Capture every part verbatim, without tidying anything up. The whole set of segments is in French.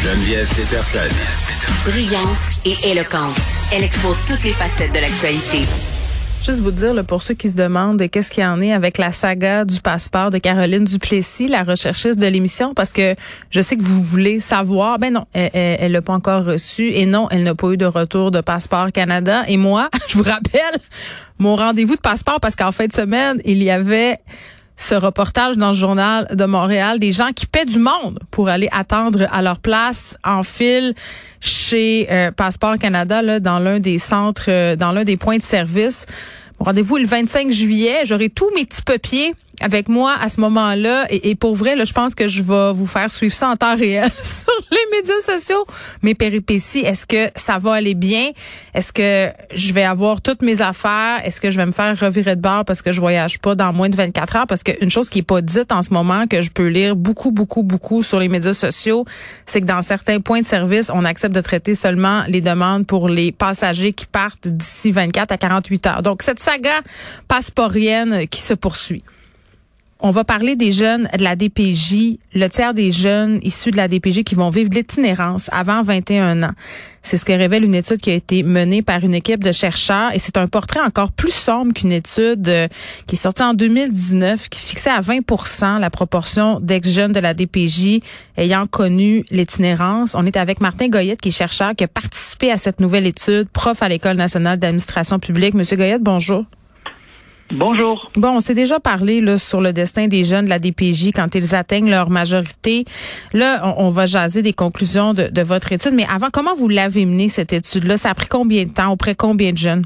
Geneviève Peterson. Brillante et éloquente, elle expose toutes les facettes de l'actualité. Juste vous dire, là, pour ceux qui se demandent qu'est-ce qu'il y en est avec la saga du passeport de Caroline Duplessis, la recherchiste de l'émission, parce que je sais que vous voulez savoir. Ben non, elle l'a pas encore reçu et non, elle n'a pas eu de retour de Passeport Canada. Et moi, je vous rappelle mon rendez-vous de passeport parce qu'en fin de semaine, il y avait ce reportage dans le Journal de Montréal des gens qui paient du monde pour aller attendre à leur place en file chez euh, Passeport Canada, là, dans l'un des centres, euh, dans l'un des points de service. Mon rendez-vous est le vingt-cinq juillet. J'aurai tous mes petits papiers avec moi à ce moment-là. Et, et pour vrai, là, je pense que je vais vous faire suivre ça en temps réel sur les médias sociaux. Mes péripéties, est-ce que ça va aller bien? Est-ce que je vais avoir toutes mes affaires? Est-ce que je vais me faire revirer de bord parce que je voyage pas dans moins de vingt-quatre heures? Parce qu'une chose qui est pas dite en ce moment, que je peux lire beaucoup, beaucoup, beaucoup sur les médias sociaux, c'est que dans certains points de service, on accepte de traiter seulement les demandes pour les passagers qui partent d'ici vingt-quatre à quarante-huit heures. Donc, cette saga passeportienne qui se poursuit. On va parler des jeunes de la D P J, le tiers des jeunes issus de la D P J qui vont vivre de l'itinérance avant vingt et un ans. C'est ce que révèle une étude qui a été menée par une équipe de chercheurs et c'est un portrait encore plus sombre qu'une étude euh, qui est sortie en deux mille dix-neuf qui fixait à vingt pour cent la proportion d'ex-jeunes de la D P J ayant connu l'itinérance. On est avec Martin Goyette qui est chercheur, qui a participé à cette nouvelle étude, prof à l'École nationale d'administration publique. Monsieur Goyette, bonjour. Bonjour. Bon, on s'est déjà parlé là sur le destin des jeunes de la D P J quand ils atteignent leur majorité. Là, on, on va jaser des conclusions de, de votre étude. Mais avant, comment vous l'avez menée, cette étude-là? Ça a pris combien de temps? Auprès de combien de jeunes?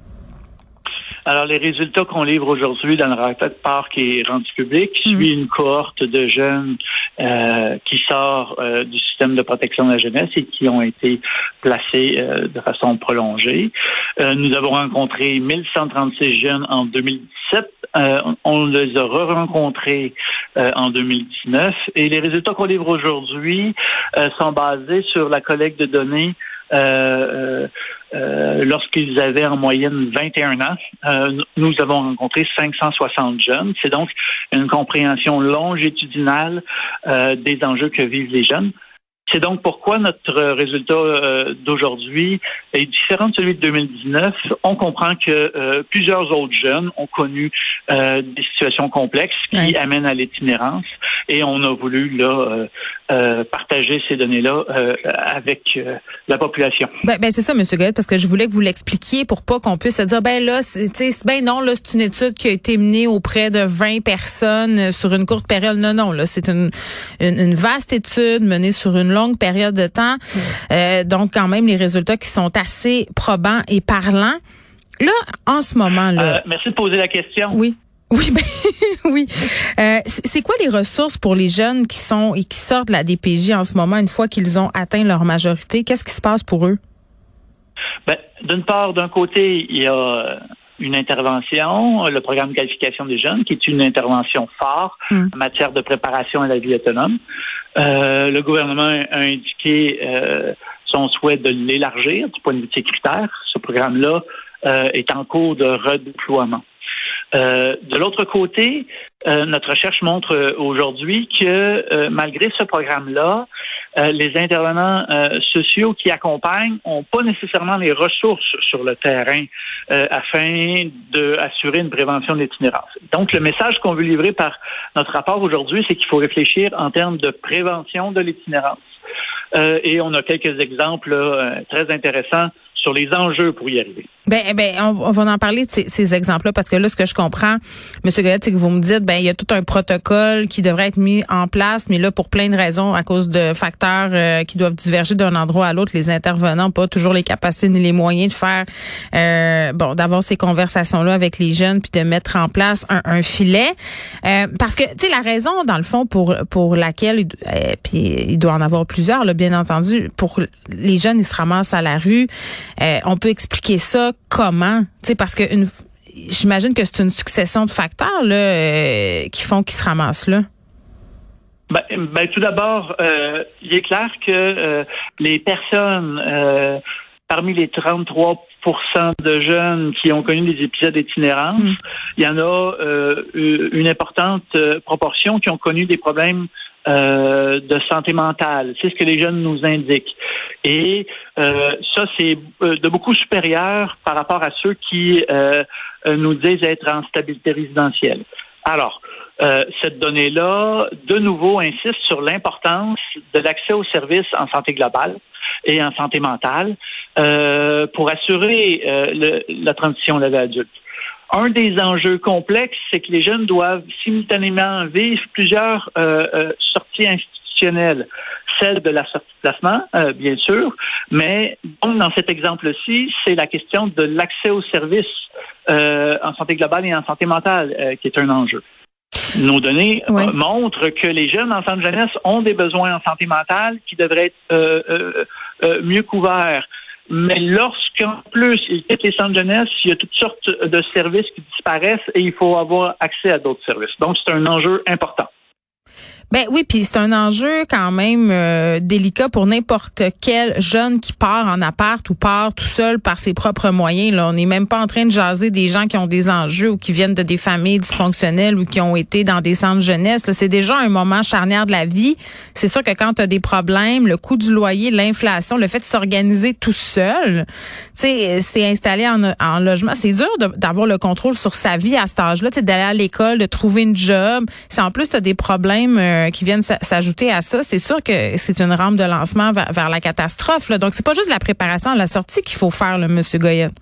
Alors, les résultats qu'on livre aujourd'hui dans le rapport qui est rendu public mmh. suit une cohorte de jeunes euh, qui sort euh, du système de protection de la jeunesse et qui ont été placés euh, de façon prolongée. Euh, nous avons rencontré mille cent trente-six jeunes en deux mille dix-sept. Euh, on les a re-rencontrés euh, en deux mille dix-neuf. Et les résultats qu'on livre aujourd'hui euh, sont basés sur la collecte de données Euh, euh, lorsqu'ils avaient en moyenne vingt et un ans. Euh, nous avons rencontré cinq cent soixante jeunes. C'est donc une compréhension longitudinale euh, des enjeux que vivent les jeunes. C'est donc pourquoi notre résultat euh, d'aujourd'hui est différent de celui de deux mille dix-neuf. On comprend que euh, plusieurs autres jeunes ont connu euh, des situations complexes qui oui. amènent à l'itinérance et on a voulu là euh, euh, partager ces données-là euh, avec euh, la population. Ben, ben c'est ça, M. Goyette, parce que je voulais que vous l'expliquiez pour pas qu'on puisse se dire ben là, c'est, ben non, là c'est une étude qui a été menée auprès de vingt personnes sur une courte période. Non, non, là c'est une, une, une vaste étude menée sur une longue période de temps. Euh, donc, quand même, les résultats qui sont assez probants et parlants. Là, en ce moment-là... Euh, merci de poser la question. Oui. Oui, ben, oui. Euh, c'est quoi les ressources pour les jeunes qui sont et qui sortent de la D P J en ce moment, une fois qu'ils ont atteint leur majorité? Qu'est-ce qui se passe pour eux? Ben, d'une part, d'un côté, il y a une intervention, le programme de qualification des jeunes, qui est une intervention phare mmh. en matière de préparation à la vie autonome. Euh, le gouvernement a indiqué euh, son souhait de l'élargir du point de vue de ses critères. Ce programme-là euh, est en cours de redéploiement. Euh, de l'autre côté, euh, notre recherche montre euh, aujourd'hui que euh, malgré ce programme-là, euh, les intervenants euh, sociaux qui accompagnent n'ont pas nécessairement les ressources sur le terrain euh, afin d'assurer une prévention de l'itinérance. Donc, le message qu'on veut livrer par notre rapport aujourd'hui, c'est qu'il faut réfléchir en termes de prévention de l'itinérance. Euh, et on a quelques exemples là, très intéressants sur les enjeux pour y arriver. Ben, ben, on, on va en parler de ces, ces exemples-là parce que là, ce que je comprends, M. Goyette, c'est que vous me dites, ben, il y a tout un protocole qui devrait être mis en place, mais là, pour plein de raisons, à cause de facteurs euh, qui doivent diverger d'un endroit à l'autre, les intervenants n'ont pas toujours les capacités ni les moyens de faire, euh, bon, d'avoir ces conversations-là avec les jeunes puis de mettre en place un, un filet. Euh, parce que, tu sais, la raison, dans le fond, pour pour laquelle, euh, puis il doit en avoir plusieurs, là, bien entendu, pour les jeunes, ils se ramassent à la rue. Euh, on peut expliquer ça comment? Tu sais, parce que une, j'imagine que c'est une succession de facteurs là, euh, qui font qu'ils se ramassent là. Ben, ben tout d'abord, euh, il est clair que euh, les personnes euh, parmi les trente-trois pour cent de jeunes qui ont connu des épisodes d'itinérance, mmh. il y en a euh, une importante proportion qui ont connu des problèmes euh, de santé mentale. C'est ce que les jeunes nous indiquent. Et euh, ça, c'est de beaucoup supérieur par rapport à ceux qui euh, nous disent être en stabilité résidentielle. Alors, euh, cette donnée-là, de nouveau, insiste sur l'importance de l'accès aux services en santé globale et en santé mentale euh, pour assurer euh, le, la transition à la vie adulte. Un des enjeux complexes, c'est que les jeunes doivent simultanément vivre plusieurs euh, euh, sorties institutionnelles. Celle de la sortie de placement, euh, bien sûr, mais donc dans cet exemple-ci, c'est la question de l'accès aux services euh, en santé globale et en santé mentale euh, qui est un enjeu. Nos données oui. euh, montrent que les jeunes en centre jeunesse ont des besoins en santé mentale qui devraient être euh, euh, euh, mieux couverts. Mais lorsqu'en plus ils quittent les centres jeunesse, il y a toutes sortes de services qui disparaissent et il faut avoir accès à d'autres services. Donc, c'est un enjeu important. Ben oui, puis c'est un enjeu quand même euh, délicat pour n'importe quel jeune qui part en appart ou part tout seul par ses propres moyens. Là, on n'est même pas en train de jaser des gens qui ont des enjeux ou qui viennent de des familles dysfonctionnelles ou qui ont été dans des centres jeunesse. Là, c'est déjà un moment charnière de la vie. C'est sûr que quand tu as des problèmes, le coût du loyer, l'inflation, le fait de s'organiser tout seul, tu sais, c'est installé en, en logement. C'est dur de, d'avoir le contrôle sur sa vie à cet âge-là, tu sais, d'aller à l'école, de trouver une job. Si en plus tu as des problèmes euh, qui viennent s'ajouter à ça, c'est sûr que c'est une rampe de lancement vers, vers la catastrophe. Là. Donc, c'est pas juste la préparation à la sortie qu'il faut faire, là, M. Goyette.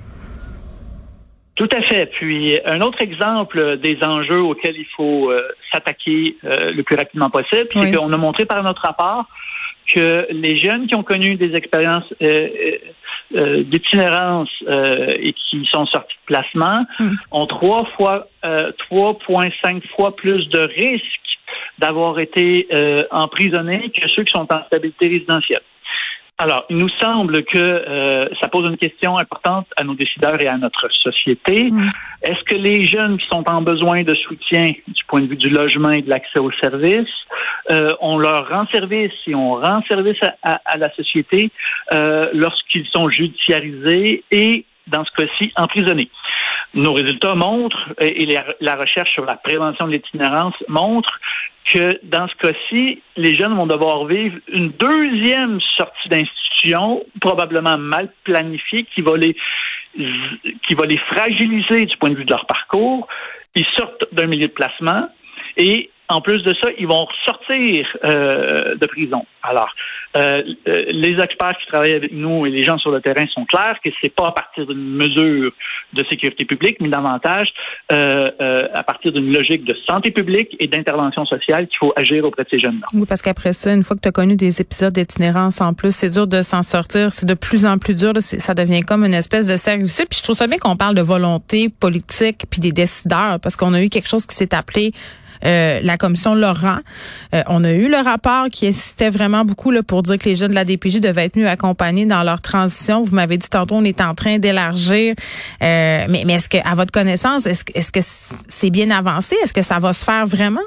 Tout à fait. Puis, un autre exemple des enjeux auxquels il faut euh, s'attaquer euh, le plus rapidement possible, oui. c'est qu'on a montré par notre rapport que les jeunes qui ont connu des expériences euh, euh, d'itinérance euh, et qui sont sortis de placement hum. ont trois fois, euh, trois virgule cinq fois plus de risques d'avoir été euh, emprisonnés que ceux qui sont en stabilité résidentielle. Alors, il nous semble que euh, ça pose une question importante à nos décideurs et à notre société. Mmh. Est-ce que les jeunes qui sont en besoin de soutien du point de vue du logement et de l'accès aux services, euh, on leur rend service et on rend service à, à, à la société euh, lorsqu'ils sont judiciarisés et, dans ce cas-ci, emprisonnés? Nos résultats montrent, et la, la recherche sur la prévention de l'itinérance montre que dans ce cas-ci, les jeunes vont devoir vivre une deuxième sortie d'institution, probablement mal planifiée, qui va les qui va les fragiliser du point de vue de leur parcours. Ils sortent d'un milieu de placement et en plus de ça, ils vont sortir euh, de prison. Alors, euh, les experts qui travaillent avec nous et les gens sur le terrain sont clairs que c'est pas à partir d'une mesure de sécurité publique, mais davantage euh, euh, à partir d'une logique de santé publique et d'intervention sociale qu'il faut agir auprès de ces jeunes-là. Oui, parce qu'après ça, une fois que tu as connu des épisodes d'itinérance en plus, c'est dur de s'en sortir. C'est de plus en plus dur. Là, ça devient comme une espèce de cercle vicieux. Puis je trouve ça bien qu'on parle de volonté politique puis des décideurs, parce qu'on a eu quelque chose qui s'est appelé Euh, la commission Laurent. Euh, on a eu le rapport qui insistait vraiment beaucoup là, pour dire que les jeunes de la D P J devaient être mieux accompagnés dans leur transition. Vous m'avez dit tantôt, on est en train d'élargir. Euh, mais, mais est-ce que, à votre connaissance, est-ce, est-ce que c'est bien avancé? Est-ce que ça va se faire vraiment?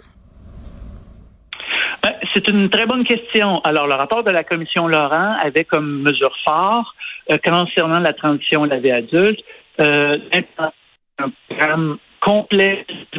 C'est une très bonne question. Alors, le rapport de la commission Laurent avait comme mesure phare euh, concernant la transition à la vie adulte euh, un programme complet de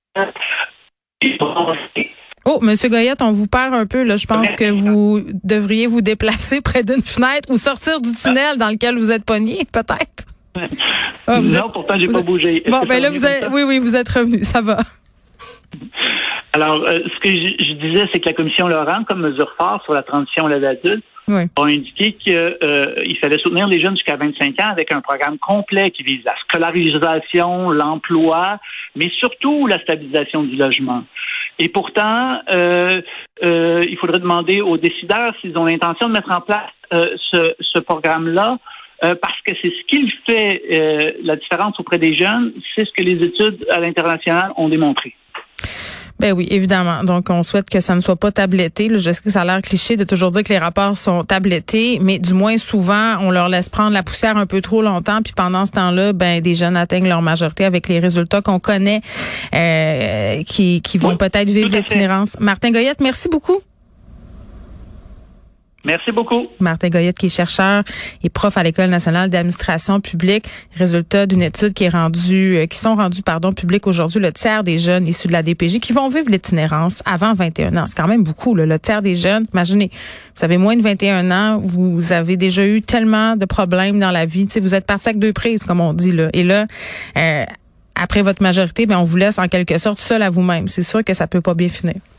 Oh, Monsieur Goyette, on vous perd un peu, là. Je pense que vous devriez vous déplacer près d'une fenêtre ou sortir du tunnel dans lequel vous êtes pogné, peut-être. Ah, vous non, êtes, pourtant, j'ai pas êtes... bougé. Est-ce bon, ben là, vous êtes, oui, oui, vous êtes revenu. Ça va. Alors, euh, ce que je, je disais, c'est que la commission Laurent, comme mesure phare sur la transition à l'âge adulte, oui. a indiqué qu'il euh, fallait soutenir les jeunes jusqu'à vingt-cinq ans avec un programme complet qui vise la scolarisation, l'emploi, mais surtout la stabilisation du logement. Et pourtant, euh, euh, il faudrait demander aux décideurs s'ils ont l'intention de mettre en place euh, ce, ce programme-là, euh, parce que c'est ce qui fait euh, la différence auprès des jeunes, c'est ce que les études à l'international ont démontré. Ben oui, évidemment. Donc, on souhaite que ça ne soit pas tabletté. Là, je sais que ça a l'air cliché de toujours dire que les rapports sont tablettés, mais du moins souvent, on leur laisse prendre la poussière un peu trop longtemps, puis pendant ce temps-là, ben des jeunes atteignent leur majorité avec les résultats qu'on connaît, euh, qui, qui vont oui, peut-être vivre l'itinérance. Martin Goyette, merci beaucoup. Merci beaucoup. Martin Goyette, qui est chercheur et prof à l'École nationale d'administration publique. Résultat d'une étude qui est rendue, qui sont rendus, pardon, publics aujourd'hui. Le tiers des jeunes issus de la D P J qui vont vivre l'itinérance avant vingt et un ans. C'est quand même beaucoup, là, le tiers des jeunes. Imaginez, vous avez moins de vingt et un ans, vous avez déjà eu tellement de problèmes dans la vie. Tu sais, vous êtes parti avec deux prises, comme on dit, là. Et là, euh, après votre majorité, ben, on vous laisse en quelque sorte seul à vous-même. C'est sûr que ça peut pas bien finir.